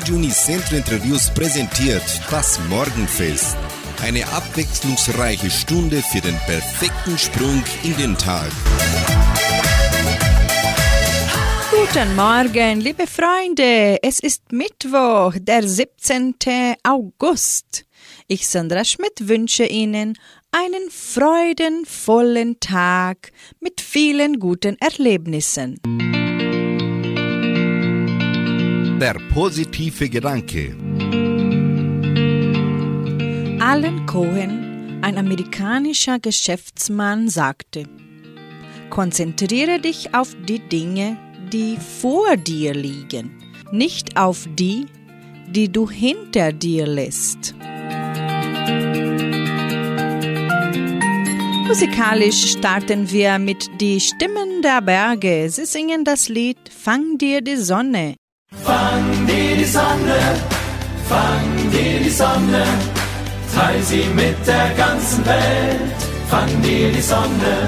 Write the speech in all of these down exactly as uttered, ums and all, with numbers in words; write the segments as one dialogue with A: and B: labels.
A: Radio Unicentro Interviews präsentiert das Morgenfest. Eine abwechslungsreiche Stunde für den perfekten Sprung in den Tag.
B: Guten Morgen, liebe Freunde. Es ist Mittwoch, der siebzehnten August. Ich, Sandra Schmidt, wünsche Ihnen einen freudenvollen Tag mit vielen guten Erlebnissen.
A: Der positive Gedanke.
B: Alan Cohen, ein amerikanischer Geschäftsmann, sagte: Konzentriere dich auf die Dinge, die vor dir liegen, nicht auf die, die du hinter dir lässt. Musikalisch starten wir mit Die Stimmen der Berge. Sie singen das Lied Fang dir die Sonne.
C: Fang dir die Sonne, fang dir die Sonne, teil sie mit der ganzen Welt. Fang dir die Sonne.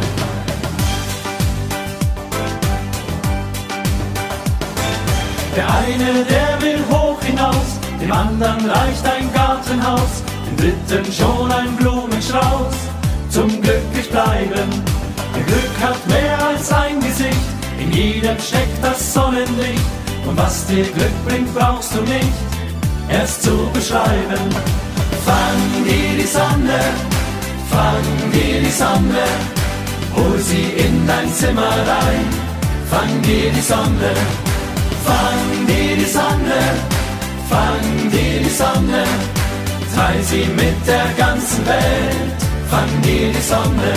C: Der eine, der will hoch hinaus, dem anderen reicht ein Gartenhaus, dem dritten schon ein Blumenstrauß. Zum glücklich bleiben, denn Glück hat mehr als ein Gesicht, in jedem steckt das Sonnenlicht. Und was dir Glück bringt, brauchst du nicht erst zu beschreiben. Fang dir die Sonne, fang dir die Sonne, hol sie in dein Zimmer rein. Fang dir die Sonne, fang dir die Sonne, fang dir die Sonne, teil sie mit der ganzen Welt. Fang dir die Sonne.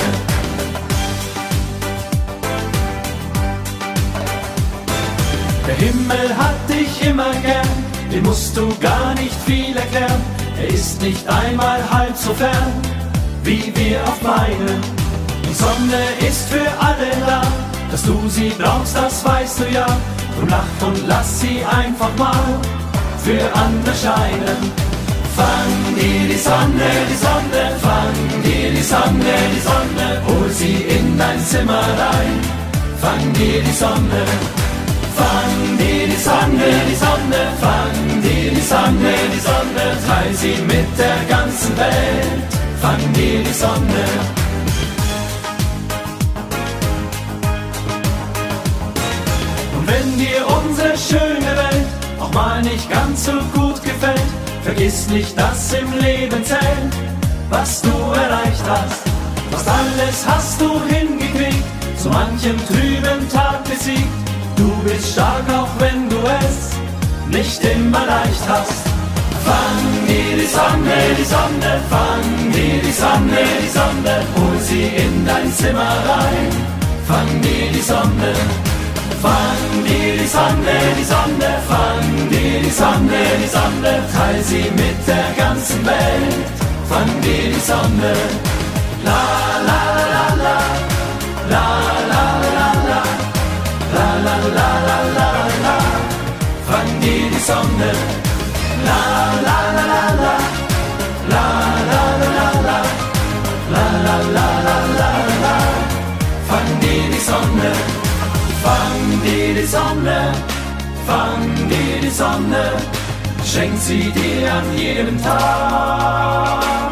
C: Der Himmel hat dich immer gern, den musst du gar nicht viel erklären. Er ist nicht einmal halb so fern, wie wir oft meinen. Die Sonne ist für alle da, dass du sie brauchst, das weißt du ja. Drum lach und lass sie einfach mal für andere scheinen. Fang dir die Sonne, die Sonne, fang dir die Sonne, die Sonne, hol sie in dein Zimmer rein. Fang dir die Sonne. Fang dir die Sonne, die Sonne, fang dir die Sonne, die Sonne, teil sie mit der ganzen Welt. Fang dir die Sonne. Und wenn dir unsere schöne Welt auch mal nicht ganz so gut gefällt, vergiss nicht, dass im Leben zählt, was du erreicht hast. Fast alles hast du hingekriegt, so manchem trüben Tag besiegt. Du bist stark, auch wenn du es nicht immer leicht hast. Fang dir die Sonne, die Sonne, fang dir die Sonne, die Sonne, hol sie in dein Zimmer rein. Fang dir die Sonne, fang dir die Sonne, die Sonne, fang dir die Sonne, die Sonne, teil sie mit der ganzen Welt. Fang dir die Sonne. La la la la, la la la la. La la la la la la, fang dir die Sonne. La la la la la, la la la la, la la la la la la, fang dir die Sonne. Fang dir die Sonne, fang dir die Sonne, schenk sie dir an jedem Tag.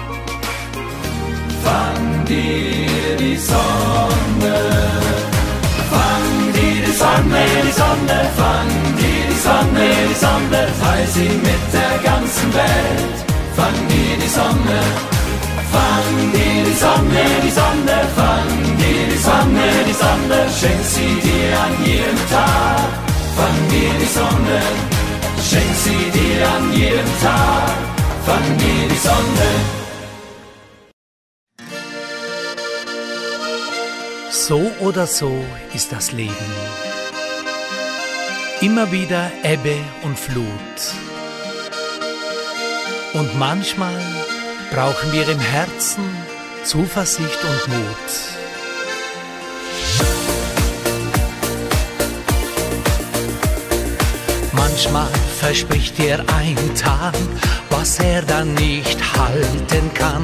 C: Fang dir die Sonne. Fang dir die Sonne, die Sonne, fang dir die Sonne, die Sonne, teil sie mit der ganzen Welt. Fang dir die Sonne, fang dir die Sonne, die Sonne, fang dir die Sonne, die Sonne, schenk sie dir an jedem Tag. Fang dir die Sonne, schenk sie dir an jedem Tag. Fang dir die Sonne.
D: So oder so ist das Leben. Immer wieder Ebbe und Flut. Und manchmal brauchen wir im Herzen Zuversicht und Mut. Manchmal verspricht dir ein Tag, was er dann nicht halten kann.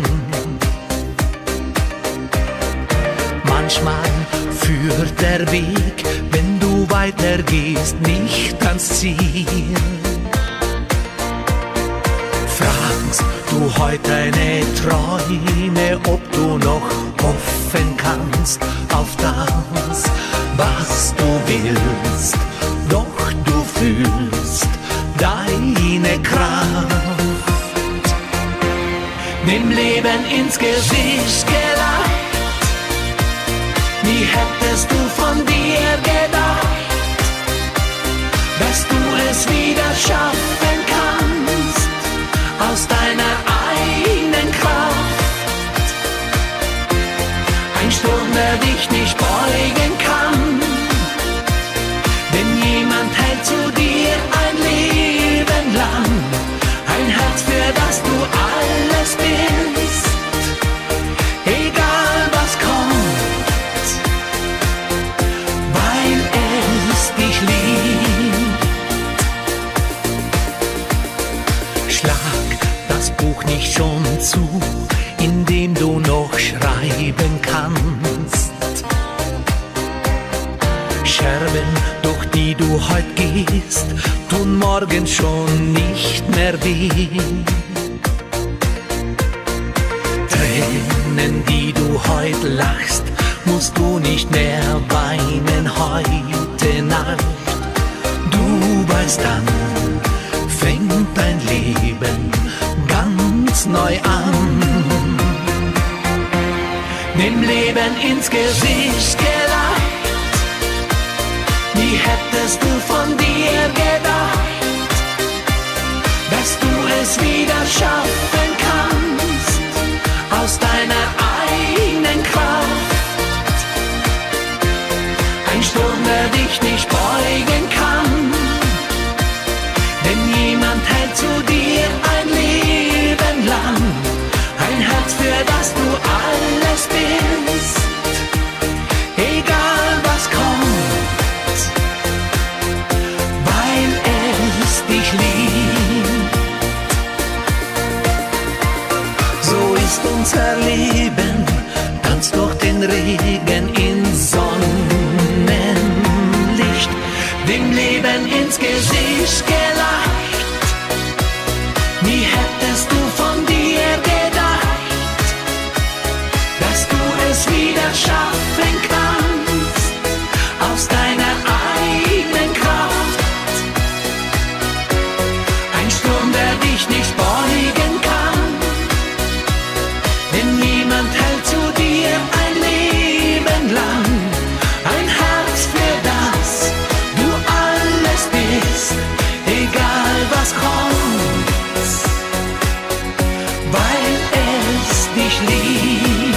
D: Manchmal führt der Weg, wenn du weitergehst, nicht ans Ziel. du heute deine Träume, ob du noch hoffen kannst auf das, was du willst, doch du fühlst deine Kraft. Dem Leben ins Gesicht gelacht, wie hättest du von dir gedacht, dass du es wieder schaffen kannst, aus deiner eigenen Kraft. Ein Sturm, der dich nicht beugen kann, denn jemand hält zu dir ein Leben lang, ein Herz, für das du alles bist, egal was kommt, weil es dich liebt. Schlag das Buch nicht schon zu, in dem du noch schreiben kannst. Scherben, durch die du heut gehst, tun morgen schon nicht mehr weh. Tränen, die du heut lachst, musst du nicht mehr weinen heute Nacht. Du weißt, dann fängt dein Leben ganz neu an. Dem Leben ins Gesicht gelacht, wie hättest du von dir gedacht, dass du es wieder schaffen kannst, aus deiner eigenen Kraft. Ein Sturm, der dich nicht beugen kann, denn jemand hält zu dir ein Leben lang, ein Herz, für das du alles bist, egal was kommt, weil es dich liebt. So ist unser Leben, tanzt durch den Regen in Sonnenlicht, dem Leben ins Gesicht gelacht, wie hättest du von dir gedacht, dass du es wieder schaffen kannst, aus deiner eigenen Kraft. Ein Sturm, der dich nicht beugen kann, denn niemand hält zu dir ein Leben lang, ein Herz, für das du alles bist, egal was kommt, weil es dich liebt.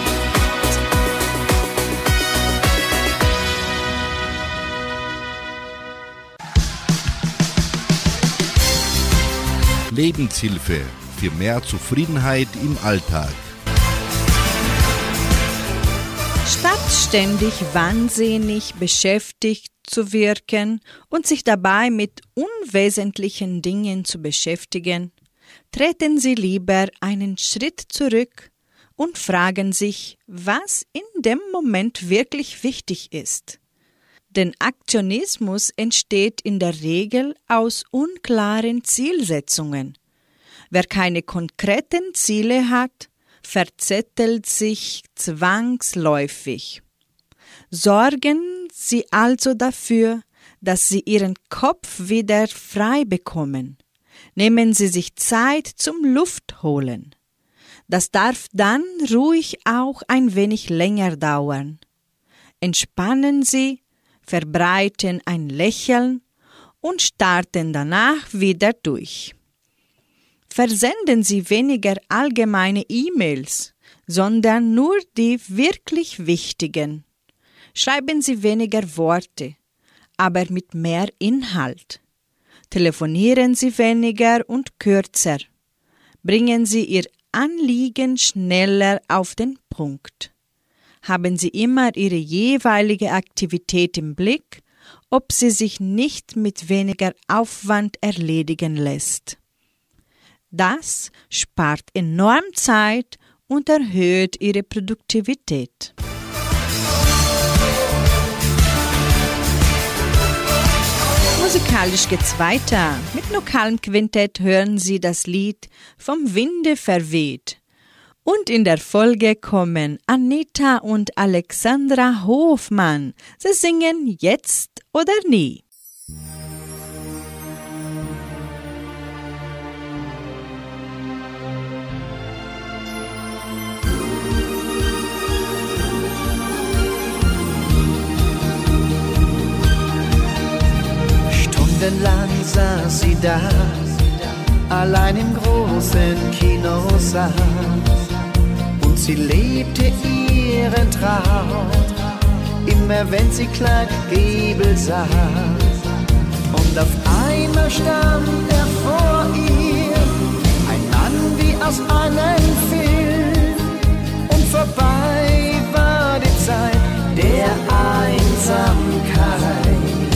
A: Lebenshilfe für mehr Zufriedenheit im Alltag.
B: Statt ständig wahnsinnig beschäftigt zu wirken und sich dabei mit unwesentlichen Dingen zu beschäftigen, treten Sie lieber einen Schritt zurück und fragen sich, was in dem Moment wirklich wichtig ist. Denn Aktionismus entsteht in der Regel aus unklaren Zielsetzungen. Wer keine konkreten Ziele hat, verzettelt sich zwangsläufig. Sorgen Sie also dafür, dass Sie Ihren Kopf wieder frei bekommen. Nehmen Sie sich Zeit zum Luftholen. Das darf dann ruhig auch ein wenig länger dauern. Entspannen Sie, verbreiten ein Lächeln und starten danach wieder durch. Versenden Sie weniger allgemeine E-Mails, sondern nur die wirklich wichtigen. Schreiben Sie weniger Worte, aber mit mehr Inhalt. Telefonieren Sie weniger und kürzer. Bringen Sie Ihr Anliegen schneller auf den Punkt. Haben Sie immer Ihre jeweilige Aktivität im Blick, ob sie sich nicht mit weniger Aufwand erledigen lässt. Das spart enorm Zeit und erhöht Ihre Produktivität. Musikalisch geht's weiter. Mit lokalem Quintett hören Sie das Lied Vom Winde verweht. Und in der Folge kommen Anita und Alexandra Hofmann. Sie singen Jetzt oder Nie.
E: Stundenlang saß sie da, allein im großen Kinosaal. Und sie lebte ihren Traum, immer wenn sie Clark Gable sah. Und auf einmal stand er vor ihr, ein Mann wie aus einem Film. Und vorbei war die Zeit der Einsamkeit.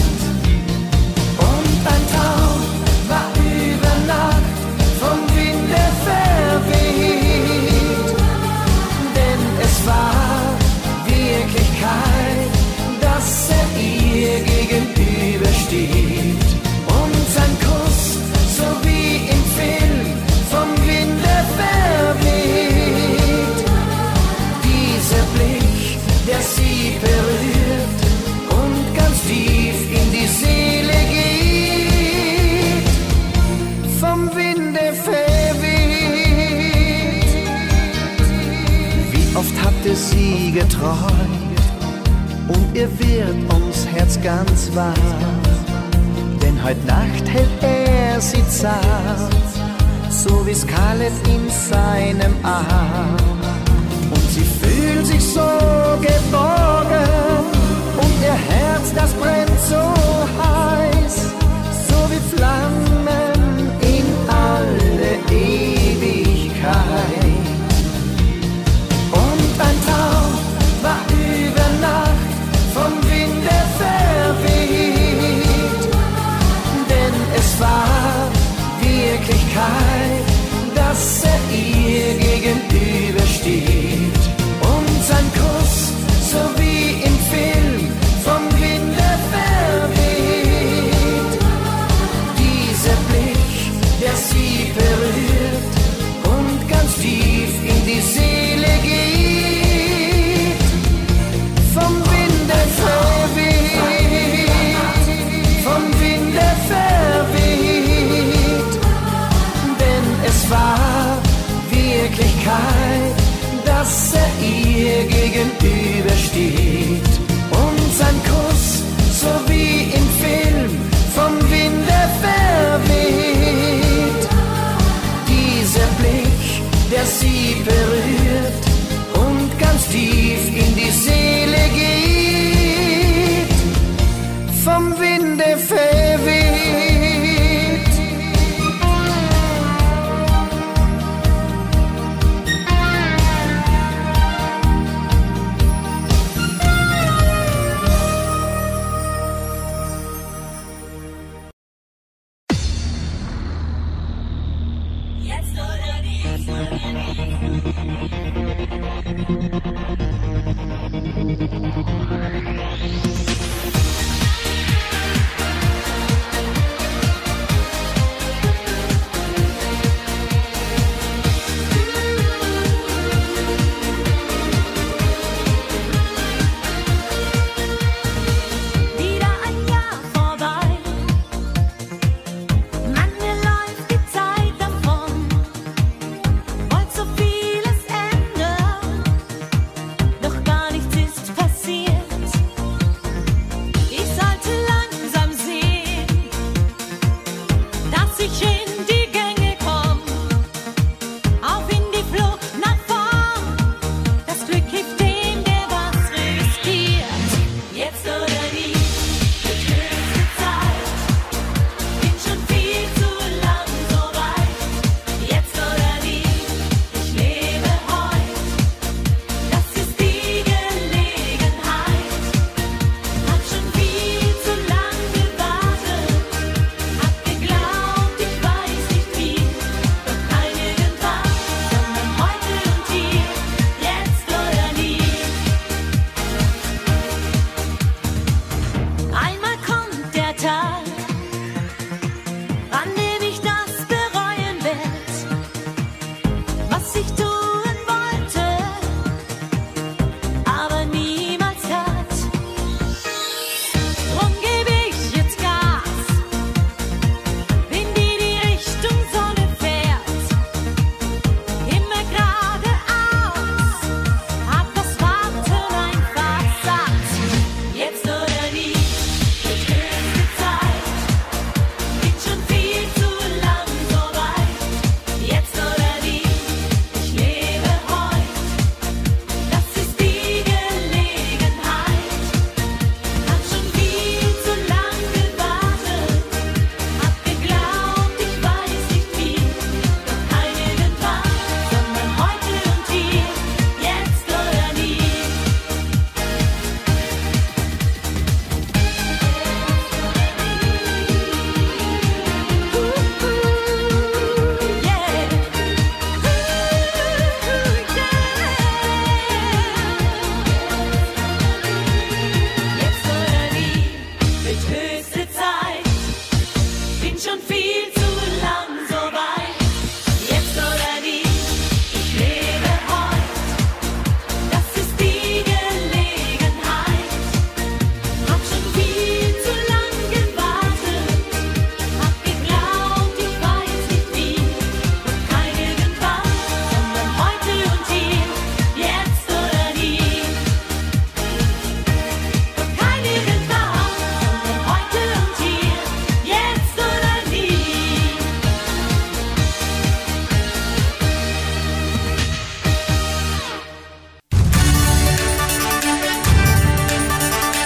E: Ein Traum war über Nacht vom Winde verweht, denn es war Wirklichkeit, dass er ihr gegenübersteht. Und sein Kuss, so wie im Film, vom Winde verweht. Dieser Blick, der sie berührt und ganz tief in die Seele geht. Vom Winde verweht. Wie oft hatte sie geträumt und ihr wird ums Herz ganz warm. Denn heut Nacht hält er sie zart, so wie Scarlett in seinem Arm. Und sie fühlt sich so geborgen und ihr Herz, das brennt so heiß, so wie Flammen in alle Ewigkeit. Und ein Traum war über Nacht vom Winde verweht, denn es war Wirklichkeit, dass er ihr gegenübersteht. Und sein Kuss, so wie im Film, vom Winde verweht. Dieser Blick, der sie berührt und ganz tief in die Seele geht. Vom Winde verweht, vom Winde verweht, denn es war Wirklichkeit, dass er ihr gegenübersteht. Und sein Kuss, so wie im Film, vom Winde verweht. Dieser Blick, der sie berührt und ganz tief in die Seele geht. Vom Winde verweht.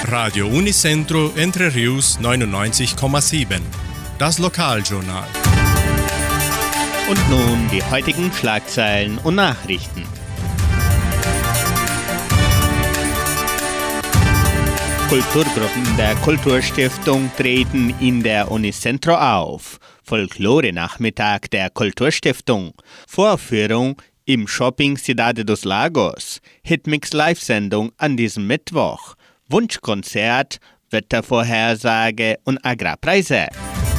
F: Radio Unicentro Entre Rius neunundneunzig Komma sieben. Das Lokaljournal.
G: Und nun die heutigen Schlagzeilen und Nachrichten. Kulturgruppen der Kulturstiftung treten in der Unicentro auf. Folklore-Nachmittag der Kulturstiftung. Vorführung im Shopping Cidade dos Lagos. Hitmix Live-Sendung an diesem Mittwoch. Wunschkonzert, Wettervorhersage und Agrarpreise.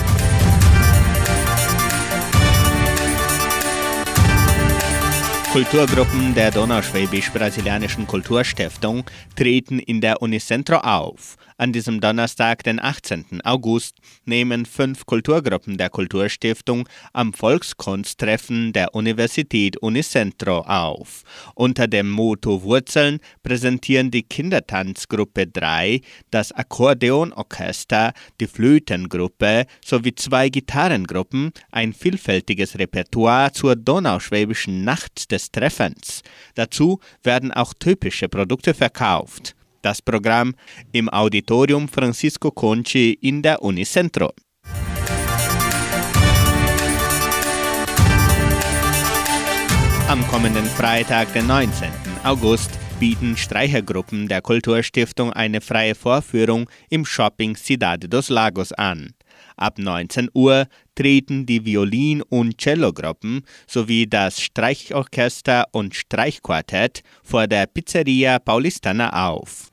G: Kulturgruppen der Donauschwäbisch-Brasilianischen Kulturstiftung treten in der Unicentro auf. An diesem Donnerstag, den achtzehnten August, nehmen fünf Kulturgruppen der Kulturstiftung am Volkskunsttreffen der Universität Unicentro auf. Unter dem Motto Wurzeln präsentieren die Kindertanzgruppe drei, das Akkordeonorchester, die Flötengruppe sowie zwei Gitarrengruppen ein vielfältiges Repertoire zur Donauschwäbischen Nacht des Treffens. Dazu werden auch typische Produkte verkauft. Das Programm im Auditorium Francisco Conchi in der Unicentro. Am kommenden Freitag, den neunzehnten August, bieten Streichergruppen der Kulturstiftung eine freie Vorführung im Shopping Cidade dos Lagos an. Ab neunzehn Uhr treten die Violin- und Cellogruppen sowie das Streichorchester und Streichquartett vor der Pizzeria Paulistana auf.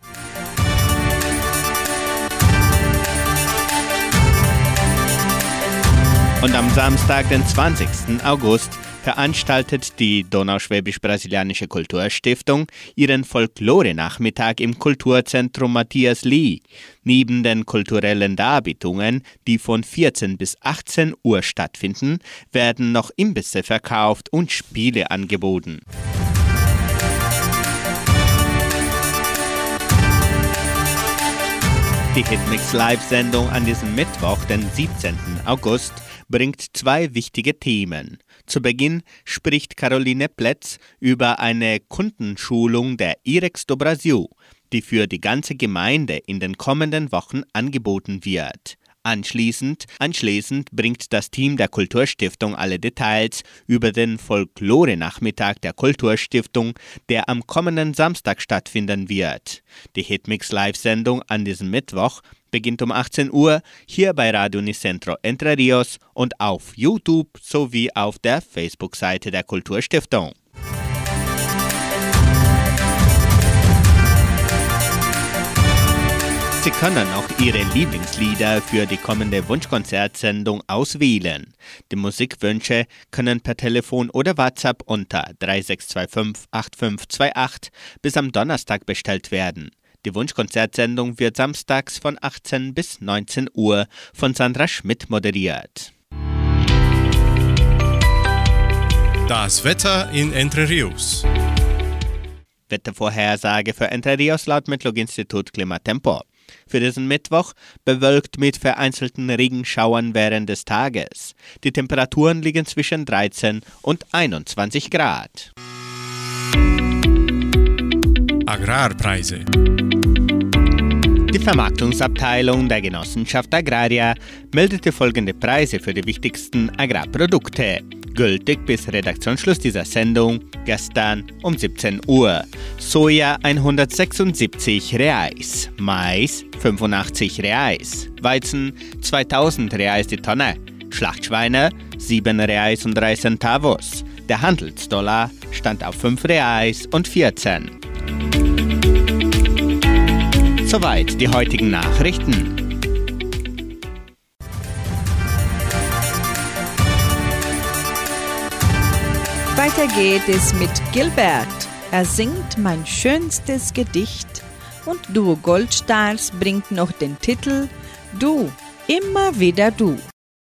G: Und am Samstag, den zwanzigsten August, veranstaltet die Donauschwäbisch-Brasilianische Kulturstiftung ihren Folklore-Nachmittag im Kulturzentrum Matthias Lee. Neben den kulturellen Darbietungen, die von vierzehn bis achtzehn Uhr stattfinden, werden noch Imbisse verkauft und Spiele angeboten. Die Hitmix Live-Sendung an diesem Mittwoch, den siebzehnten August, bringt zwei wichtige Themen. Zu Beginn spricht Caroline Plätz über eine Kundenschulung der Irex do Brasil, die für die ganze Gemeinde in den kommenden Wochen angeboten wird. Anschließend, anschließend bringt das Team der Kulturstiftung alle Details über den Folklore-Nachmittag der Kulturstiftung, der am kommenden Samstag stattfinden wird. Die Hitmix Live-Sendung an diesem Mittwoch beginnt um achtzehn Uhr hier bei Radio Unicentro Entre Rios und auf YouTube sowie auf der Facebook-Seite der Kulturstiftung. Sie können auch Ihre Lieblingslieder für die kommende Wunschkonzertsendung auswählen. Die Musikwünsche können per Telefon oder WhatsApp unter drei sechs zwei fünf acht fünf zwei acht bis am Donnerstag bestellt werden. Die Wunschkonzertsendung wird samstags von achtzehn bis neunzehn Uhr von Sandra Schmidt moderiert.
F: Das Wetter in Entre Rios.
G: Wettervorhersage für Entre Rios laut Metlog-Institut Klimatempo. Für diesen Mittwoch bewölkt mit vereinzelten Regenschauern während des Tages. Die Temperaturen liegen zwischen dreizehn und einundzwanzig Grad.
F: Agrarpreise.
G: Die Vermarktungsabteilung der Genossenschaft Agraria meldete folgende Preise für die wichtigsten Agrarprodukte. Gültig bis Redaktionsschluss dieser Sendung gestern um siebzehn Uhr. Soja hundertsechsundsiebzig Reais, Mais fünfundachtzig Reais, Weizen zweitausend Reais die Tonne, Schlachtschweine sieben Reais und drei Centavos. Der Handelsdollar stand auf fünf Reais und vierzehn. Soweit die heutigen Nachrichten.
B: Weiter geht es mit Gilbert. Er singt Mein schönstes Gedicht und Duo Goldstars bringt noch den Titel Du, immer wieder du.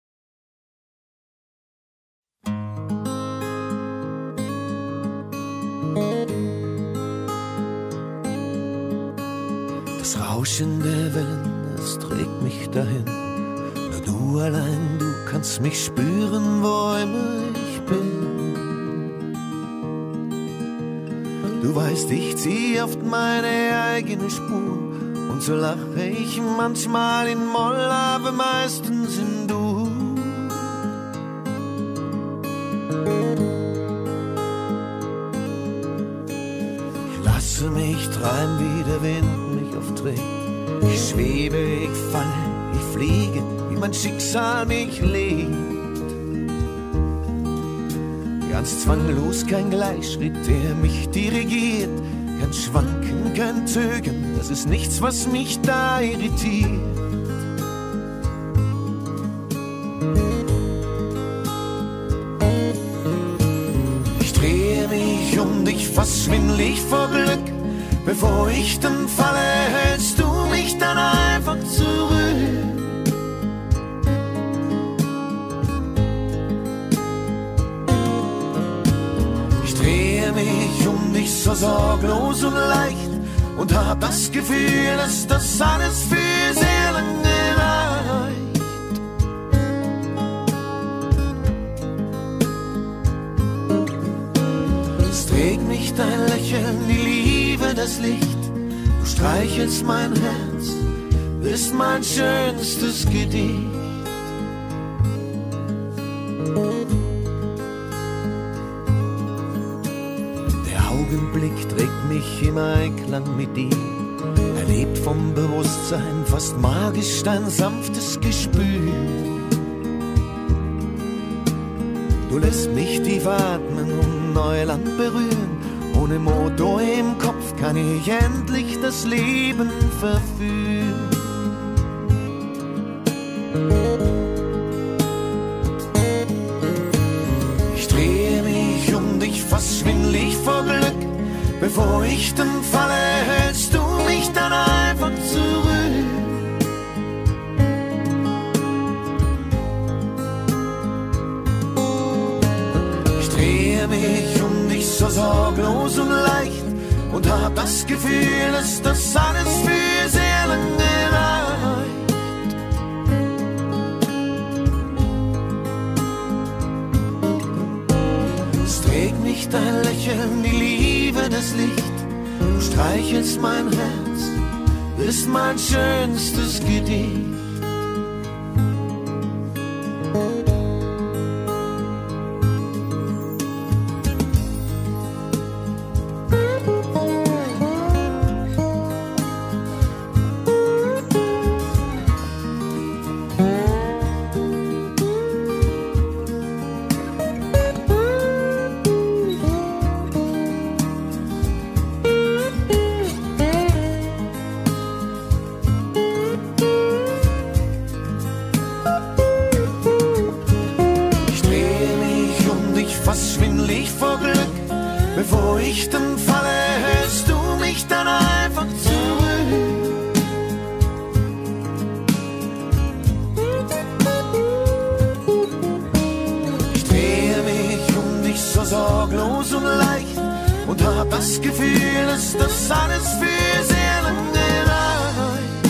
E: Das Rauschen der Wellen, es trägt mich dahin. Nur du allein, du kannst mich spüren, wo immer ich bin. Du weißt, ich zieh oft meine eigene Spur Und so lache ich manchmal in Moll, aber meistens in Du. Ich lasse mich treiben, wie der Wind mich oft trägt. Ich schwebe, ich falle, ich fliege, wie mein Schicksal mich legt. Ganz zwanglos, kein Gleichschritt, der mich dirigiert. Kein Schwanken, kein Zögern, das ist nichts, was mich da irritiert. Ich drehe mich um dich, fast schwindlig vor Glück. Bevor ich dann falle, hältst du mich dann einfach zurück. Ich drehe mich um dich so sorglos und leicht und hab das Gefühl, dass das alles für sehr lange reicht. Es trägt mich dein Lächeln, die Liebe, das Licht. Du streichelst mein Herz, bist mein schönstes Gedicht. Augenblick trägt mich im Einklang mit dir. Er lebt vom Bewusstsein, fast magisch dein sanftes Gespür. Du lässt mich tief atmen und Neuland berühren. Ohne Motor im Kopf kann ich endlich das Leben verführen. Ich drehe mich um dich, fast schwindlig vor Glück. Bevor ich dann falle, hältst du mich dann einfach zurück. Ich drehe mich um dich so sorglos und leicht und hab das Gefühl, dass das alles für sehr lange reicht. Es trägt mich dein Lächeln, die Liebe, das Licht. Du streichelst mein Herz, bist mein schönstes Gedicht. Bevor ich dann falle, hältst du mich dann einfach zurück. Ich drehe mich um dich so sorglos und leicht und hab das Gefühl, dass das alles für sehr lange reicht.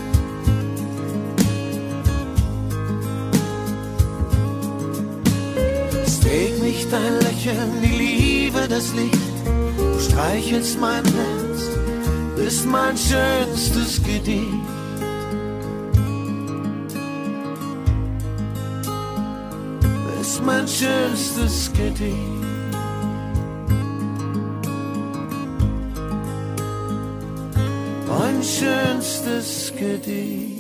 E: Es trägt mich dein Lächeln, die Liebe, das Licht. Du streichelst mein Herz, bist mein schönstes Gedicht. Bist mein schönstes Gedicht. Mein schönstes Gedicht.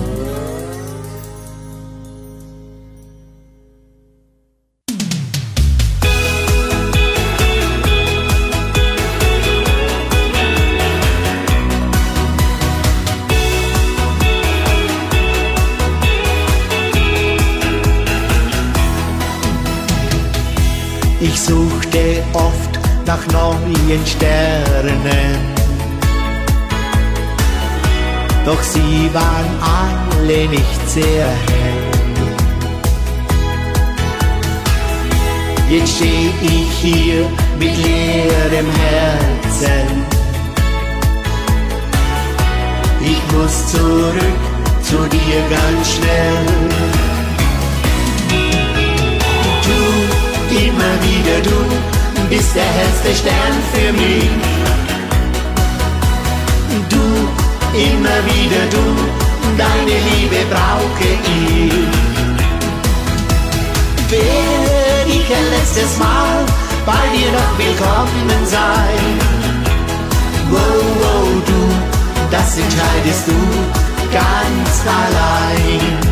D: Ich suchte oft nach neuen Sternen, doch sie waren alle nicht sehr hell. Jetzt steh ich hier mit leerem Herzen. Ich muss zurück zu dir ganz schnell. Du, immer wieder du, bist der hellste Stern für mich. Du,
E: immer wieder du, deine Liebe brauche ich. Werd ich ein letztes Mal bei dir noch willkommen sein. Wow, wow, du, das entscheidest du ganz allein.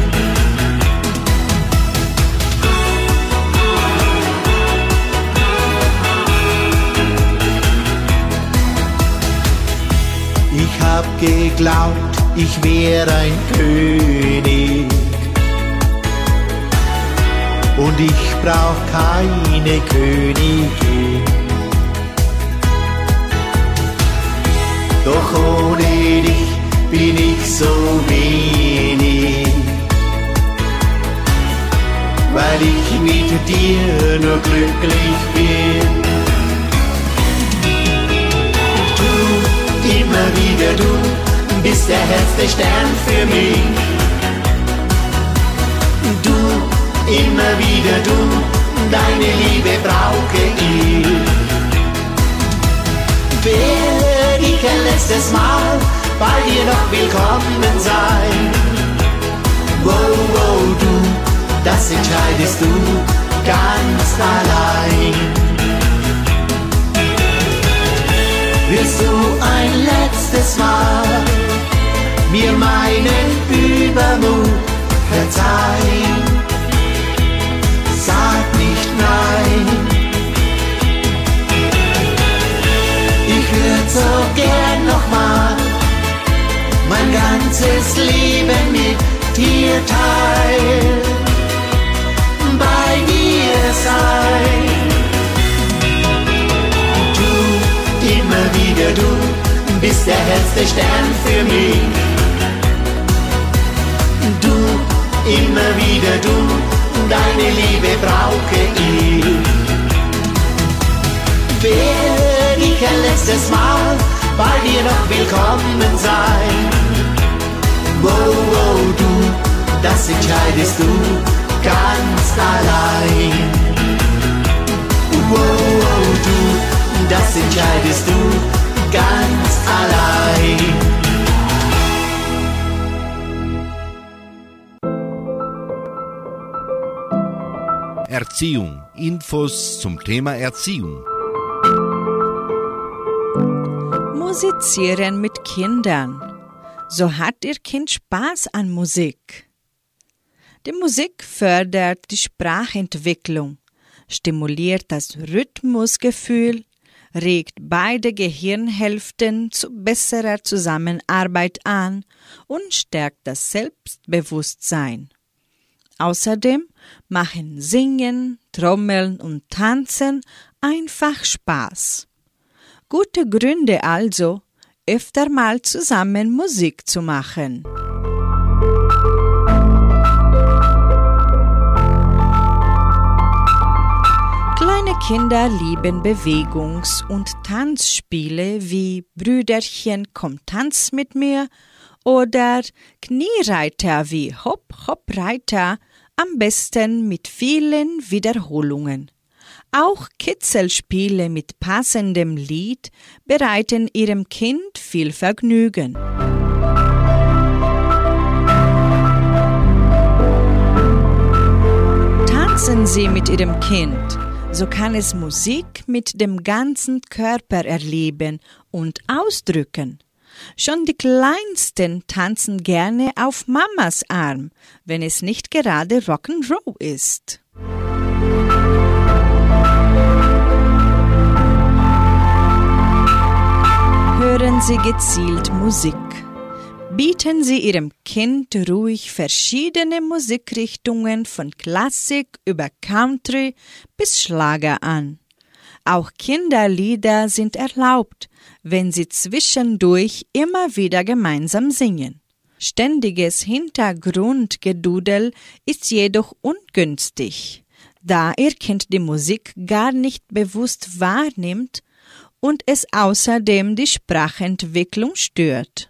E: Ich hab geglaubt, ich wär ein König und ich brauch keine Königin. Doch ohne dich bin ich so wenig, weil ich mit dir nur glücklich bin. Immer wieder du, bist der hellste Stern für mich. Du, immer wieder du, deine Liebe brauche ich. Werd ich ein letztes Mal bei dir noch willkommen sein. Wow, wow, du, das entscheidest du ganz allein. Willst du ein letztes Mal mir meinen Übermut verzeihen? Sag nicht nein. Ich würd so gern nochmal mein ganzes Leben mit dir teilen, bei dir sein. Immer wieder du, bist der hellste Stern für mich. Du, immer wieder du, deine Liebe brauche ich. Werd ich ein letztes Mal bei dir noch willkommen sein. Wow, wow, du, das entscheidest du ganz allein. Wow, wow, du, das entscheidest du ganz allein.
A: Erziehung. Infos zum Thema Erziehung.
B: Musizieren mit Kindern. So hat Ihr Kind Spaß an Musik. Die Musik fördert die Sprachentwicklung, stimuliert das Rhythmusgefühl, regt beide Gehirnhälften zu besserer Zusammenarbeit an und stärkt das Selbstbewusstsein. Außerdem machen Singen, Trommeln und Tanzen einfach Spaß. Gute Gründe also, öfter mal zusammen Musik zu machen. Kleine Kinder lieben Bewegungs- und Tanzspiele wie Brüderchen, komm tanz mit mir oder Kniereiter wie Hopp, Hopp, Reiter, am besten mit vielen Wiederholungen. Auch Kitzelspiele mit passendem Lied bereiten Ihrem Kind viel Vergnügen. Tanzen Sie mit Ihrem Kind. So kann es Musik mit dem ganzen Körper erleben und ausdrücken. Schon die Kleinsten tanzen gerne auf Mamas Arm, wenn es nicht gerade Rock'n'Roll ist. Hören Sie gezielt Musik. Bieten Sie Ihrem Kind ruhig verschiedene Musikrichtungen von Klassik über Country bis Schlager an. Auch Kinderlieder sind erlaubt, wenn Sie zwischendurch immer wieder gemeinsam singen. Ständiges Hintergrundgedudel ist jedoch ungünstig, da Ihr Kind die Musik gar nicht bewusst wahrnimmt und es außerdem die Sprachentwicklung stört.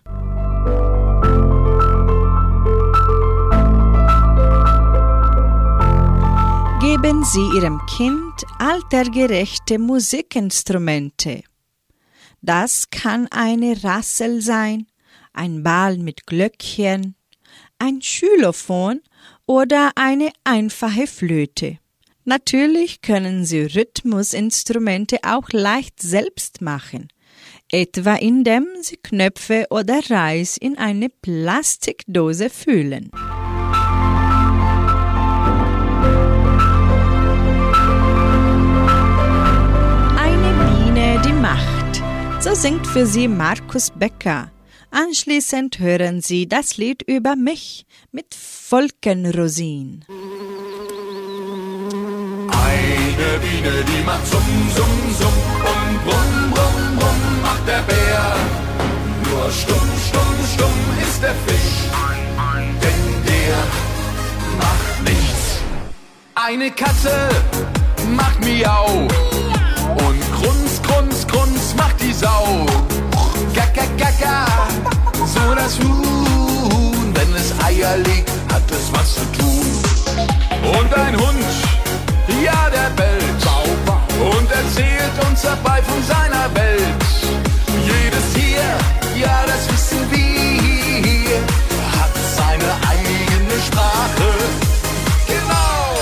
B: Geben Sie Ihrem Kind altergerechte Musikinstrumente. Das kann eine Rassel sein, ein Ball mit Glöckchen, ein Xylophon oder eine einfache Flöte. Natürlich können Sie Rhythmusinstrumente auch leicht selbst machen, etwa indem Sie Knöpfe oder Reis in eine Plastikdose füllen. Eine Biene, die macht. So singt für Sie Markus Becker. Anschließend hören Sie das Lied über mich mit Volkenrosin.
H: Eine Biene, die macht Summ, Summ, Summ und Brumm, Brumm, Brumm macht der Bär. Nur stumm, stumm, stumm ist der Fisch, denn der macht nichts. Eine Katze macht Miau und Grunz, Grunz, Grunz macht die Sau. Gacka, gacka, so das Huhn, wenn es Eier legt, hat es was zu tun. Und ein Hund, ja, der bellt und erzählt uns dabei von seiner Welt. Jedes Tier, ja, das wissen wir, hat seine eigene Sprache. Genau.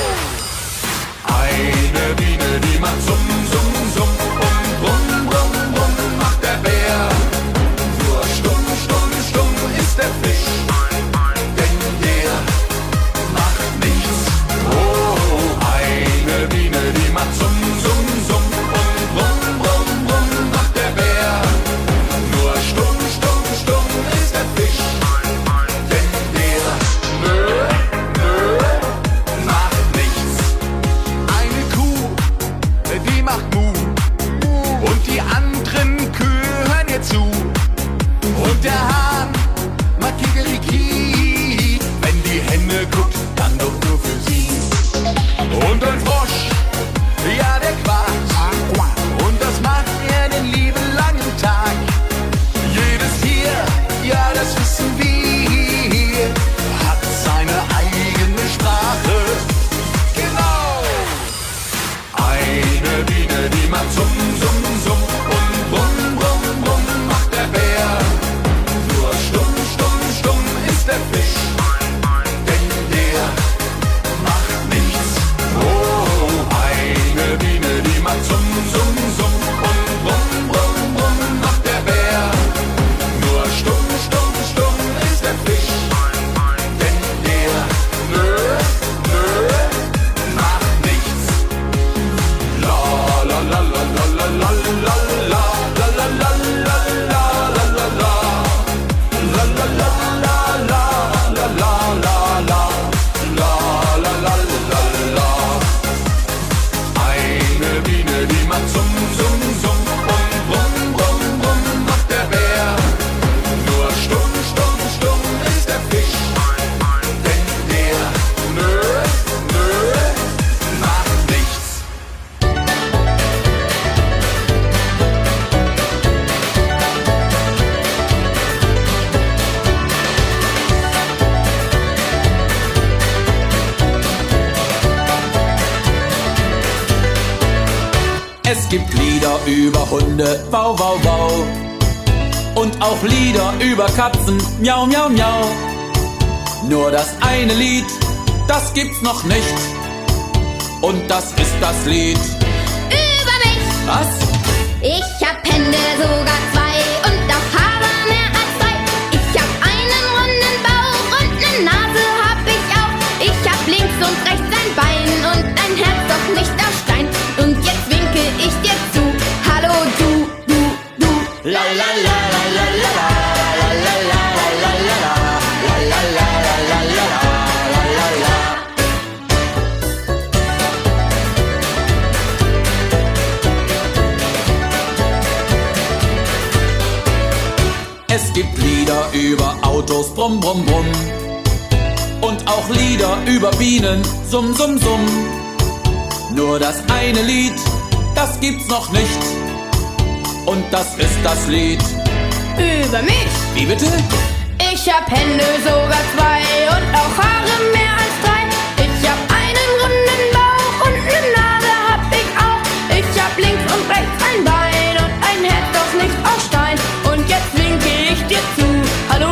H: Eine Biene, die macht Summ, Summ, Summ und Brumm, Brumm, Brumm macht der Bär. Nur stumm, stumm, stumm ist der Fisch, denn der macht nichts. Oh, eine Biene, die macht Summ, Summ, Summ und Brumm, Brumm, Brumm macht der Bär. Nur stumm, stumm, stumm ist der Fisch, denn der nö, nö, macht nichts. Eine Kuh, die macht Mu und die anderen Kühe hören ihr zu. Und der Hahn macht Kikeriki, wenn die Henne guckt, dann doch nur für sie. Und ein Frosch, ja, der quakt, und das macht er den lieben langen Tag. Jedes Tier, ja, das wissen wir, hat seine eigene Sprache. Genau. Eine Biene, die macht Summ, Summ, Summ und Brumm, Brumm, Brumm macht der Bär. Nur stumm, stumm, stumm ist der Fisch, denn der macht nichts. Oh, eine Biene, die macht Summ, Summ, Summ und Brumm, Brumm, Brumm macht der Bär. Nur stumm, stumm, stumm ist der Fisch, denn der nö, nö, macht nichts. La la la la la la la la la la la la la la la la. La la la la la la la la la la la la la la. Eine Biene, die macht Summ, Summ, Summ und Brumm, Brumm, Brumm macht der Bär. Nur stumm, stumm, stumm ist der Fisch, denn der nö, nö, macht nichts.
I: Es gibt Lieder über Hunde, wow, wow, wow. Und auch Lieder über Katzen, miau, miau, miau. Nur das eine Lied, das gibt's noch nicht. Und das ist das Lied
J: Über mich.
I: Was?
J: Ich hab Hände, sogar zwei, und auch Haare mehr als drei. Ich hab einen runden Bauch und ne Nase hab ich auch. Ich hab links und rechts ein Bein und ein Herz, doch nicht aus Stein. Und jetzt winke ich dir zu. Hallo du, du, du.
I: La la la la la la la la la la la la la la la la la la la. Es gibt Lieder über Autos, brumm, brumm, brumm. Und auch Lieder über Bienen, summ, summ, summ. Nur das eine Lied, das gibt's noch nicht. Und das ist das Lied
J: Über mich.
I: Wie bitte?
J: Ich hab Hände, sogar zwei, und auch Haare mehr als drei. Ich hab einen runden Bauch und ne Nase hab ich auch. Ich hab links und rechts ein Bein und ein Herz, doch nicht aus Stein. Und jetzt winke ich dir zu. Hallo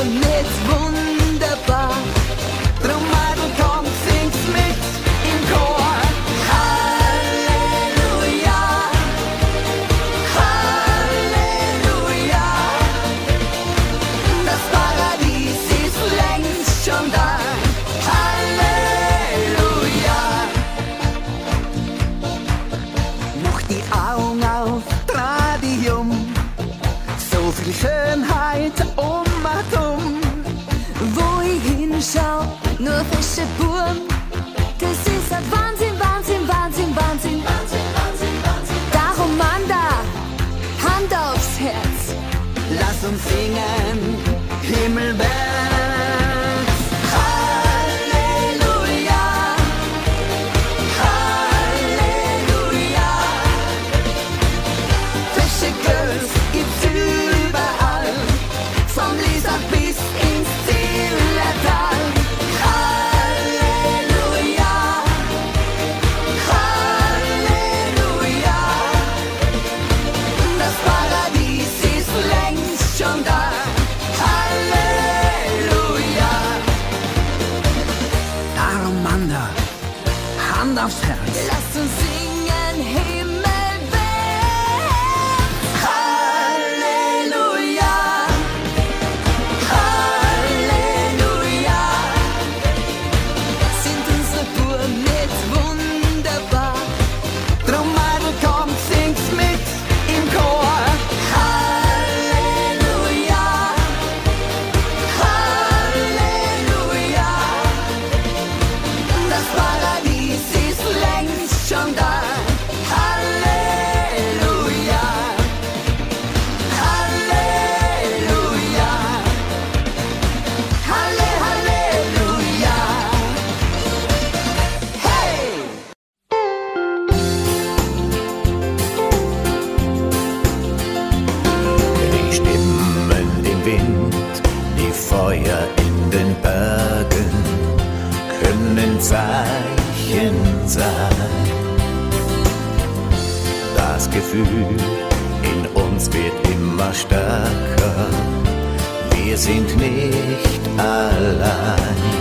E: Spur nicht wunderbar. Drum Madel, komm, sing's mit im Chor. Halleluja, Halleluja. Das Paradies ist längst schon da. Halleluja. Mach die Augen auf, dreh dich um. So viel Schönheit um und um.
K: Wo ich hinschau, nur frische Burm. Das ist ein Wahnsinn, Wahnsinn, Wahnsinn, Wahnsinn. Darum, Mann, da, Hand aufs Herz.
E: Lass uns singen, Himmelwärts. Halleluja, Halleluja. Frische Girls gibt's überall, vom Lisa bis ins Zillertal. Halleluja, Halleluja. Das Paradies ist längst schon da. Halleluja. Darum, Manda, Hand aufs Herz.
K: Lass uns singen, Himmelwärts.
E: Halleluja, Halleluja.
K: Sind unsere Burm nicht wunderbar?
E: Drum, Madel, komm, sing's mit im Chor. Halleluja, Halleluja. Das Paradies ist längst schon da. Halleluja, Halleluja. Halle, Halleluja. Hey!
L: Die Stimmen im Wind, die Feuer in den Bergen können Zeichen sein. Das Gefühl in uns wird immer stärker. Wir sind nicht allein.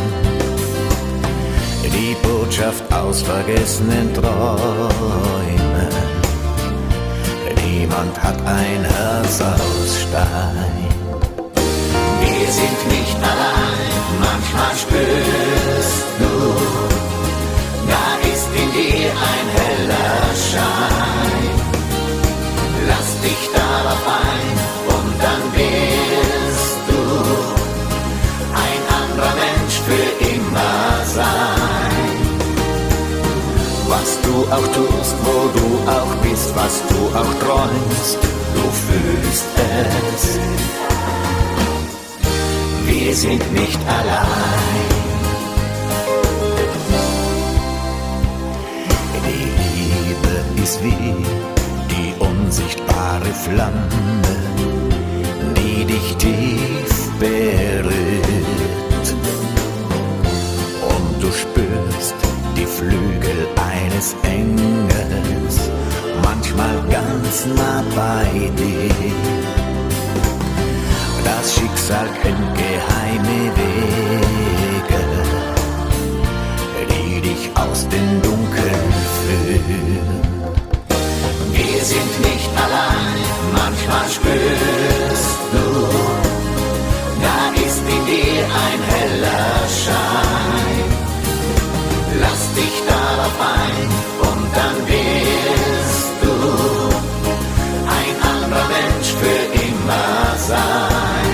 L: Die Botschaft aus vergessenen Träumen. Niemand hat ein Herz aus Stein.
H: Wir sind nicht allein, manchmal spürst du, da ist in dir ein heller Schein. Lass dich darauf ein und dann wirst du ein anderer Mensch für immer sein. Was du auch tust, wo du auch bist, was du auch träumst, du fühlst es. Wir sind nicht allein.
L: Die Liebe ist wie die unsichtbare Flamme, die dich tief berührt. Und du spürst die Flügel eines Engels, manchmal ganz nah bei dir. Das Schicksal kennt geheime Wege, die dich aus dem Dunkeln führen.
H: Wir sind nicht allein, manchmal spürst du, da ist in dir ein heller Schein. Lass dich darauf ein und dann wirst du ein anderer Mensch für immer sein.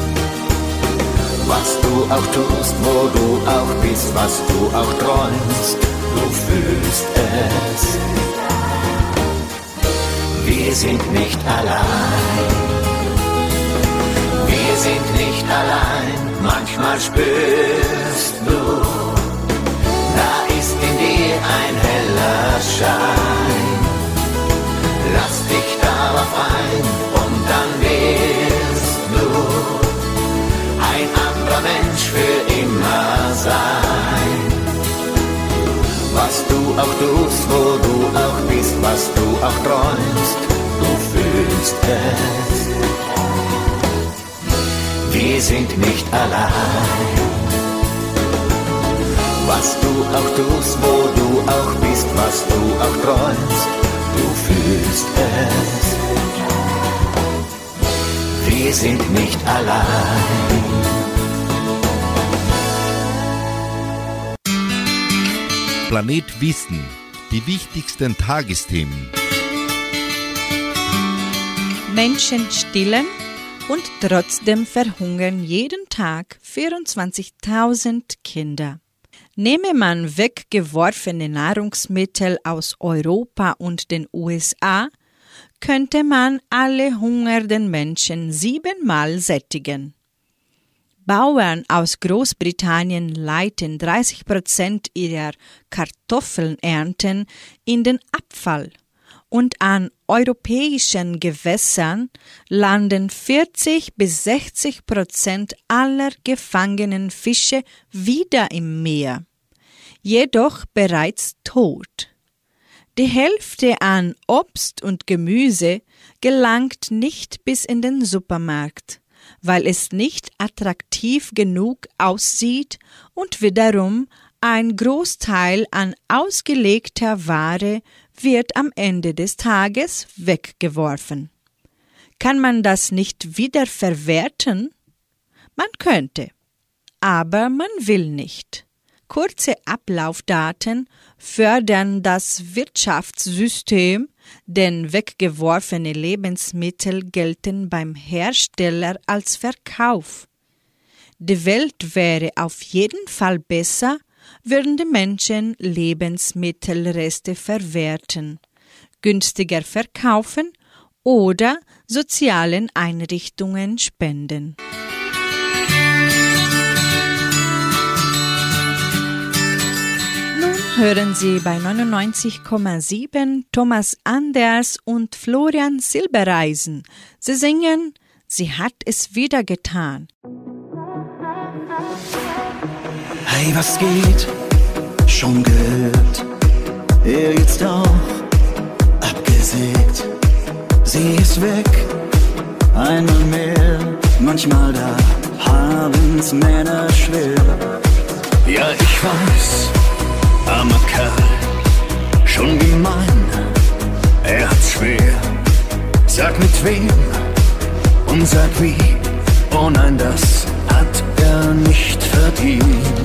H: Was du auch tust, wo du auch bist, was du auch träumst, du fühlst es. Wir sind nicht allein. Wir sind nicht allein, manchmal spürst du, da ist in dir ein heller Schein. Lass dich darauf ein und dann wirst du ein anderer Mensch für immer sein. Was du auch tust, wo du auch bist, was du auch träumst, du fühlst es.
E: wir sind nicht allein. Was du auch tust, wo du auch bist, was du auch träumst, du fühlst es. Wir sind nicht allein.
A: Planet Wissen, die wichtigsten Tagesthemen.
B: Menschen stillen und trotzdem verhungern jeden Tag vierundzwanzigtausend Kinder. Nehme man weggeworfene Nahrungsmittel aus Europa und den U S A, könnte man alle hungernden Menschen siebenmal sättigen. Bauern aus Großbritannien leiten dreißig Prozent ihrer Kartoffelernten in den Abfall und an europäischen Gewässern landen vierzig bis sechzig Prozent aller gefangenen Fische wieder im Meer, jedoch bereits tot. Die Hälfte an Obst und Gemüse gelangt nicht bis in den Supermarkt, weil es nicht attraktiv genug aussieht und wiederum ein Großteil an ausgelegter Ware wird am Ende des Tages weggeworfen. Kann man das nicht wieder verwerten? Man könnte, aber man will nicht. Kurze Ablaufdaten fördern das Wirtschaftssystem, denn weggeworfene Lebensmittel gelten beim Hersteller als Verkauf. Die Welt wäre auf jeden Fall besser, würden die Menschen Lebensmittelreste verwerten, günstiger verkaufen oder sozialen Einrichtungen spenden. Hören Sie bei neunundneunzig Komma sieben Thomas Anders und Florian Silbereisen. Sie singen „Sie hat es wieder getan“.
E: Hey, was geht? Schon gehört, er jetzt auch abgesägt. Sie ist weg, einmal mehr, manchmal da haben's Männer schwer. Ja, ich weiß, armer Kerl, schon gemein, er hat's schwer. Sag mit wem und sag wie, oh nein, das hat er nicht verdient.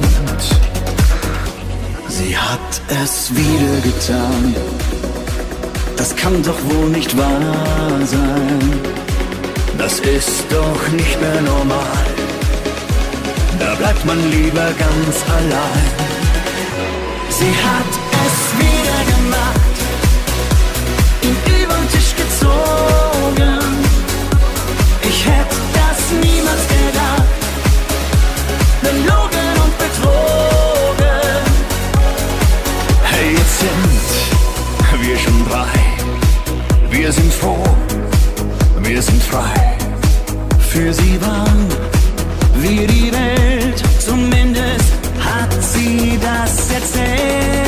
E: Sie hat es wieder getan, das kann doch wohl nicht wahr sein. Das ist doch nicht mehr normal, da bleibt man lieber ganz allein. Sie hat es wieder gemacht, ihn über den Tisch gezogen. Ich hätte das niemals gedacht, belogen und betrogen. Hey, jetzt sind wir schon drei, wir sind froh, wir sind frei. Für sie waren wir die Welt, zumindest hat sie das erzählt.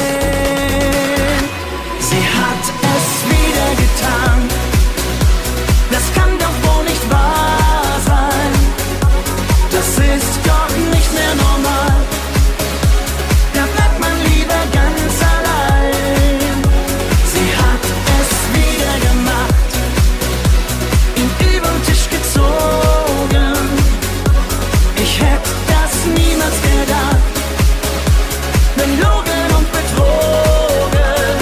E: Sie hat es wieder getan, das kann doch wohl nicht wahr sein. Das ist doch nicht mehr normal, da bleibt man lieber ganz allein. Sie hat es wieder gemacht, ihn über den Tisch gezogen. Ich hätte das niemals gedacht, belogen und betrogen.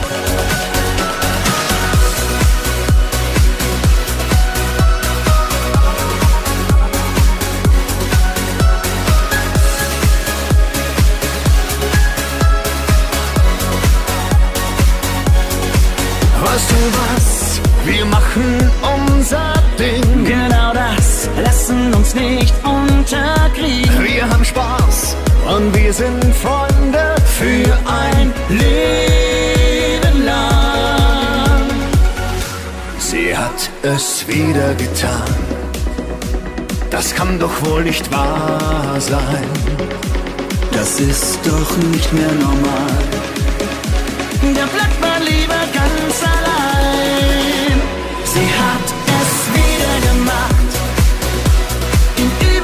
E: Weißt du was, wir machen unser Ding. Genau das, lassen uns nicht unterkriegen. Wir haben Spaß und wir sind Freunde für ein Leben lang. Sie hat es wieder getan, das kann doch wohl nicht wahr sein. Das ist doch nicht mehr normal, da bleibt man lieber ganz allein. Sie hat es wieder gemacht, ihn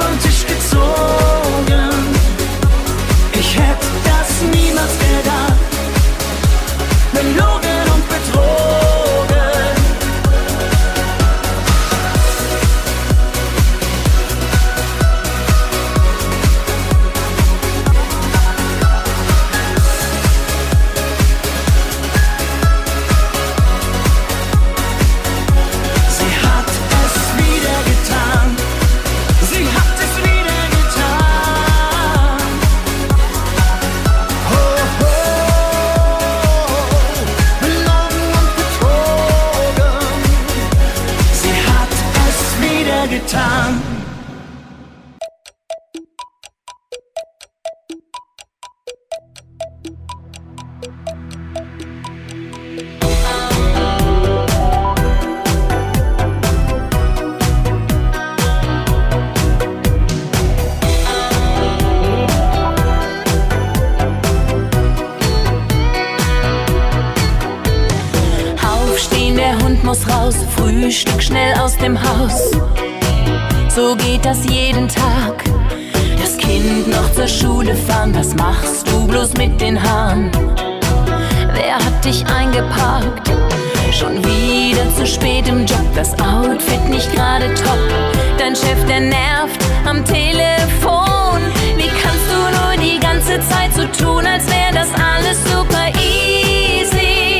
K: Frühstück schnell aus dem Haus. So geht das jeden Tag. Das Kind noch zur Schule fahren, was machst du bloß mit den Haaren? Wer hat dich eingeparkt? Schon wieder zu spät im Job, das Outfit nicht gerade top. Dein Chef, der nervt am Telefon. Wie kannst du nur die ganze Zeit so tun, als wäre das alles super easy,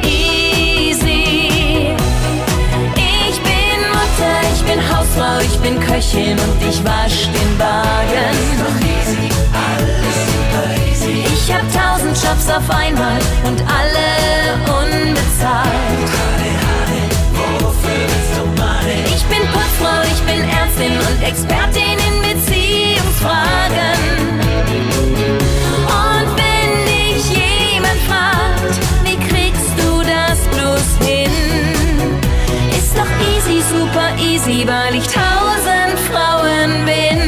K: easy. Ich bin Mutter, ich bin Hausfrau, ich bin Köchin und ich wasch den Wagen. Doch easy, alles super easy. Ich hab tausend Jobs auf einmal und alle unbezahlt. Wofür willst du Money? Ich bin Putzfrau, ich bin Ärztin und Expertin in Beziehungsfragen. Und wenn dich jemand fragt, wie kriegst du das bloß hin? Ist doch easy, super easy, weil ich tausend Frauen bin.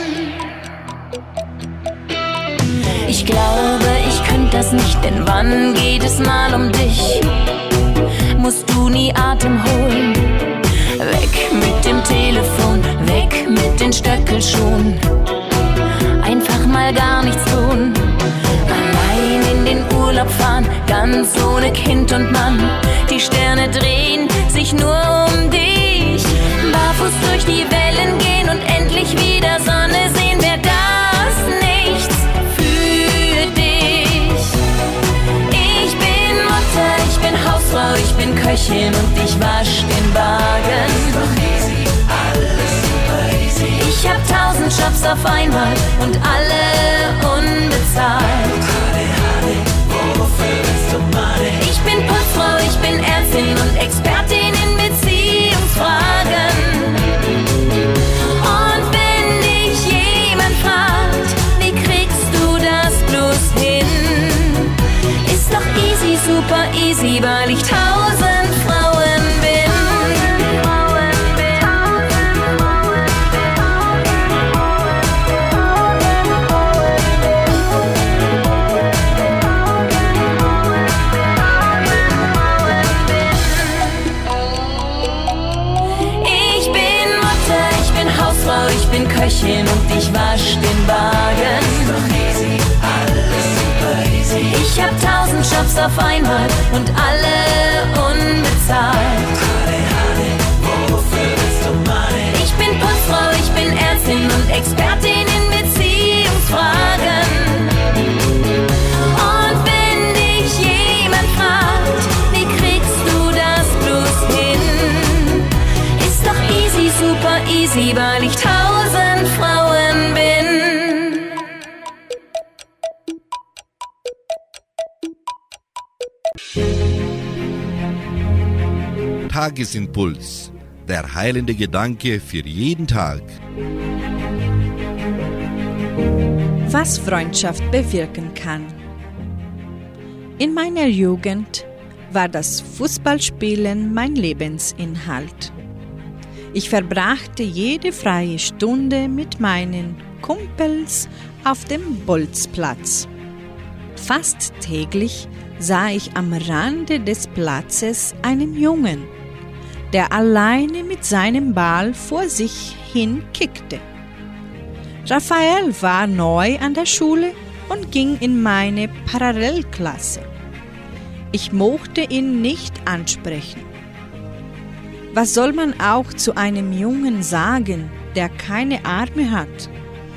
K: Ich glaube, ich könnte das nicht, denn wann geht es mal um dich? Musst du nie Atem holen. Weg mit dem Telefon, weg mit den Stöckelschuhen. Einfach mal gar nichts tun. Allein in den Urlaub fahren, ganz ohne Kind und Mann. Die Sterne drehen sich nur um dich. Barfuß durch die Wellen gehen und endlich wieder Sonne sehen. Wär das nichts für dich? Ich bin Mutter, ich bin Hausfrau, ich bin Köchin und ich wasch den Wagen. Doch easy, alles super easy. Ich hab tausend Jobs auf einmal und alle unbezahlt. Hade, hade, wofür willst du Money? Ich bin Putzfrau, ich bin Ärztin und Expertin in Beziehungsfragen. Und wenn dich jemand fragt, wie kriegst du das bloß hin? Ist doch easy, super easy, weil ich tausend Frauen bin. Ich bin Mutter, ich bin Hausfrau, ich bin Köchin und ich wasch den Wagen. Doch easy, alles super easy. Ich hab tausend Jobs auf einmal und alle unbezahlt. Hade, hade, wofür willst du Money? Ich bin Putzfrau, ich bin Ärztin und Expertin in Beziehungsfragen. Und wenn dich jemand fragt, wie kriegst du das bloß hin? Ist doch easy, super easy, weil ich tausend Frauen bin.
A: Tagesimpuls, der heilende Gedanke für jeden Tag.
B: Was Freundschaft bewirken kann. In meiner Jugend war das Fußballspielen mein Lebensinhalt. Ich verbrachte jede freie Stunde mit meinen Kumpels auf dem Bolzplatz. Fast täglich sah ich am Rande des Platzes einen Jungen, der alleine mit seinem Ball vor sich hin kickte. Raphael war neu an der Schule und ging in meine Parallelklasse. Ich mochte ihn nicht ansprechen. Was soll man auch zu einem Jungen sagen, der keine Arme hat?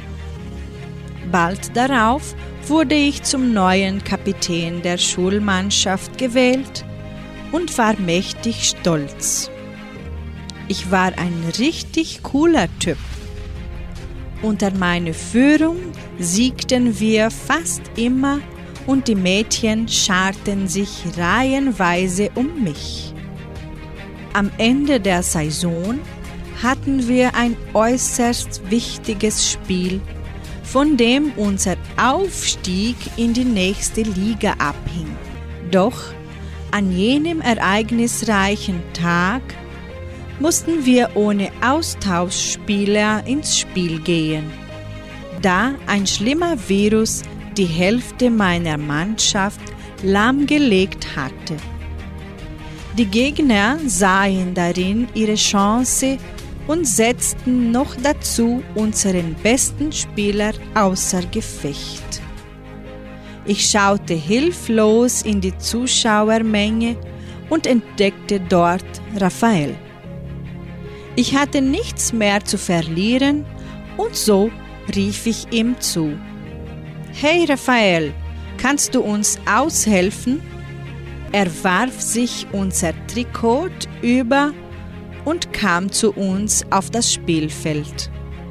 B: Bald darauf wurde ich zum neuen Kapitän der Schulmannschaft gewählt und war mächtig stolz. Ich war ein richtig cooler Typ. Unter meiner Führung siegten wir fast immer und die Mädchen scharten sich reihenweise um mich. Am Ende der Saison hatten wir ein äußerst wichtiges Spiel, von dem unser Aufstieg in die nächste Liga abhing. Doch an jenem ereignisreichen Tag mussten wir ohne Austauschspieler ins Spiel gehen, da ein schlimmer Virus die Hälfte meiner Mannschaft lahmgelegt hatte. Die Gegner sahen darin ihre Chance und setzten noch dazu unseren besten Spieler außer Gefecht. Ich schaute hilflos in die Zuschauermenge und entdeckte dort Raphael. Ich hatte nichts mehr zu verlieren und so rief ich ihm zu: »Hey Raphael, kannst du uns aushelfen?« Er warf sich unser Trikot über und kam zu uns auf das Spielfeld.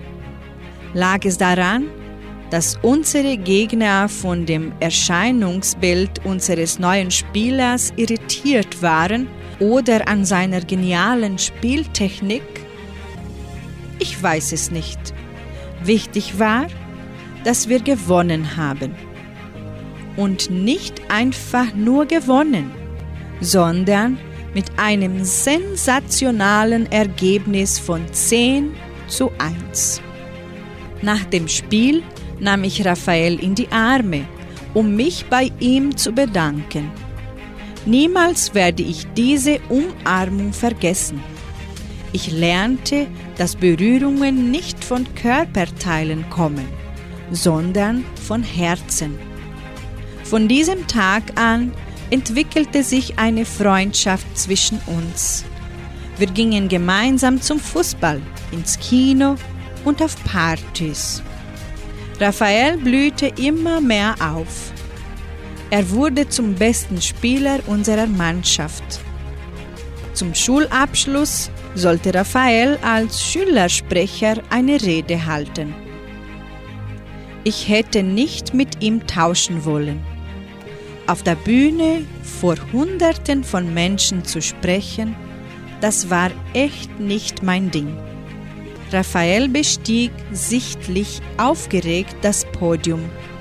B: Lag es daran, dass unsere Gegner von dem Erscheinungsbild unseres neuen Spielers irritiert waren oder an seiner genialen Spieltechnik? Ich weiß es nicht. Wichtig war, dass wir gewonnen haben. Und nicht einfach nur gewonnen, sondern mit einem sensationalen Ergebnis von zehn zu eins. Nach dem Spiel nahm ich Raphael in die Arme, um mich bei ihm zu bedanken. Niemals werde ich diese Umarmung vergessen. Ich lernte, dass Berührungen nicht von Körperteilen kommen, sondern von Herzen. Von diesem Tag an entwickelte sich eine Freundschaft zwischen uns. Wir gingen gemeinsam zum Fußball, ins Kino und auf Partys. Raphael blühte immer mehr auf. Er wurde zum besten Spieler unserer Mannschaft. Zum Schulabschluss sollte Raphael als Schülersprecher eine Rede halten. Ich hätte nicht mit ihm tauschen wollen. Auf der Bühne vor Hunderten von Menschen zu sprechen, das war echt nicht mein Ding. Raphael bestieg sichtlich aufgeregt das Podium.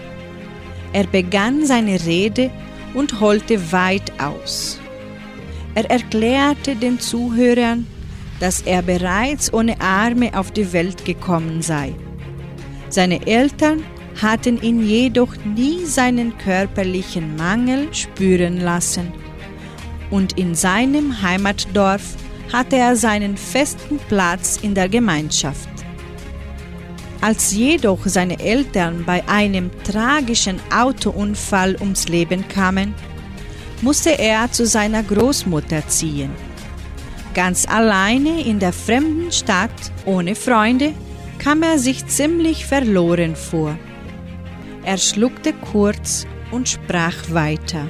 B: Er begann seine Rede und holte weit aus. Er erklärte den Zuhörern, dass er bereits ohne Arme auf die Welt gekommen sei. Seine Eltern hatten ihn jedoch nie seinen körperlichen Mangel spüren lassen. Und in seinem Heimatdorf hatte er seinen festen Platz in der Gemeinschaft. Als jedoch seine Eltern bei einem tragischen Autounfall ums Leben kamen, musste er zu seiner Großmutter ziehen. Ganz alleine in der fremden Stadt, ohne Freunde, kam er sich ziemlich verloren vor. Er schluckte kurz und sprach weiter.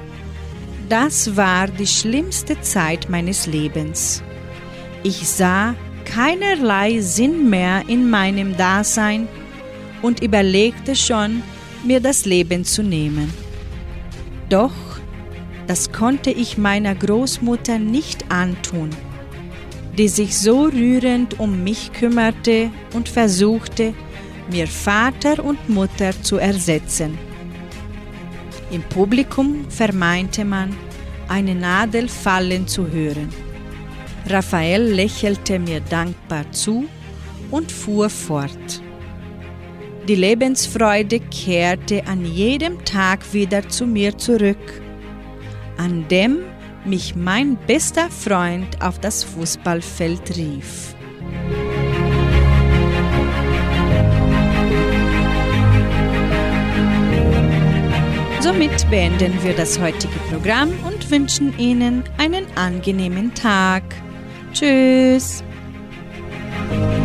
B: Das war die schlimmste Zeit meines Lebens. Ich sah keinerlei Sinn mehr in meinem Dasein und überlegte schon, mir das Leben zu nehmen. Doch das konnte ich meiner Großmutter nicht antun, die sich so rührend um mich kümmerte und versuchte, mir Vater und Mutter zu ersetzen. Im Publikum vermeinte man, eine Nadel fallen zu hören. Raphael lächelte mir dankbar zu und fuhr fort. Die Lebensfreude kehrte an jedem Tag wieder zu mir zurück, an dem mich mein bester Freund auf das Fußballfeld rief. Somit beenden wir das heutige Programm und wünschen Ihnen einen angenehmen Tag. Tschüss!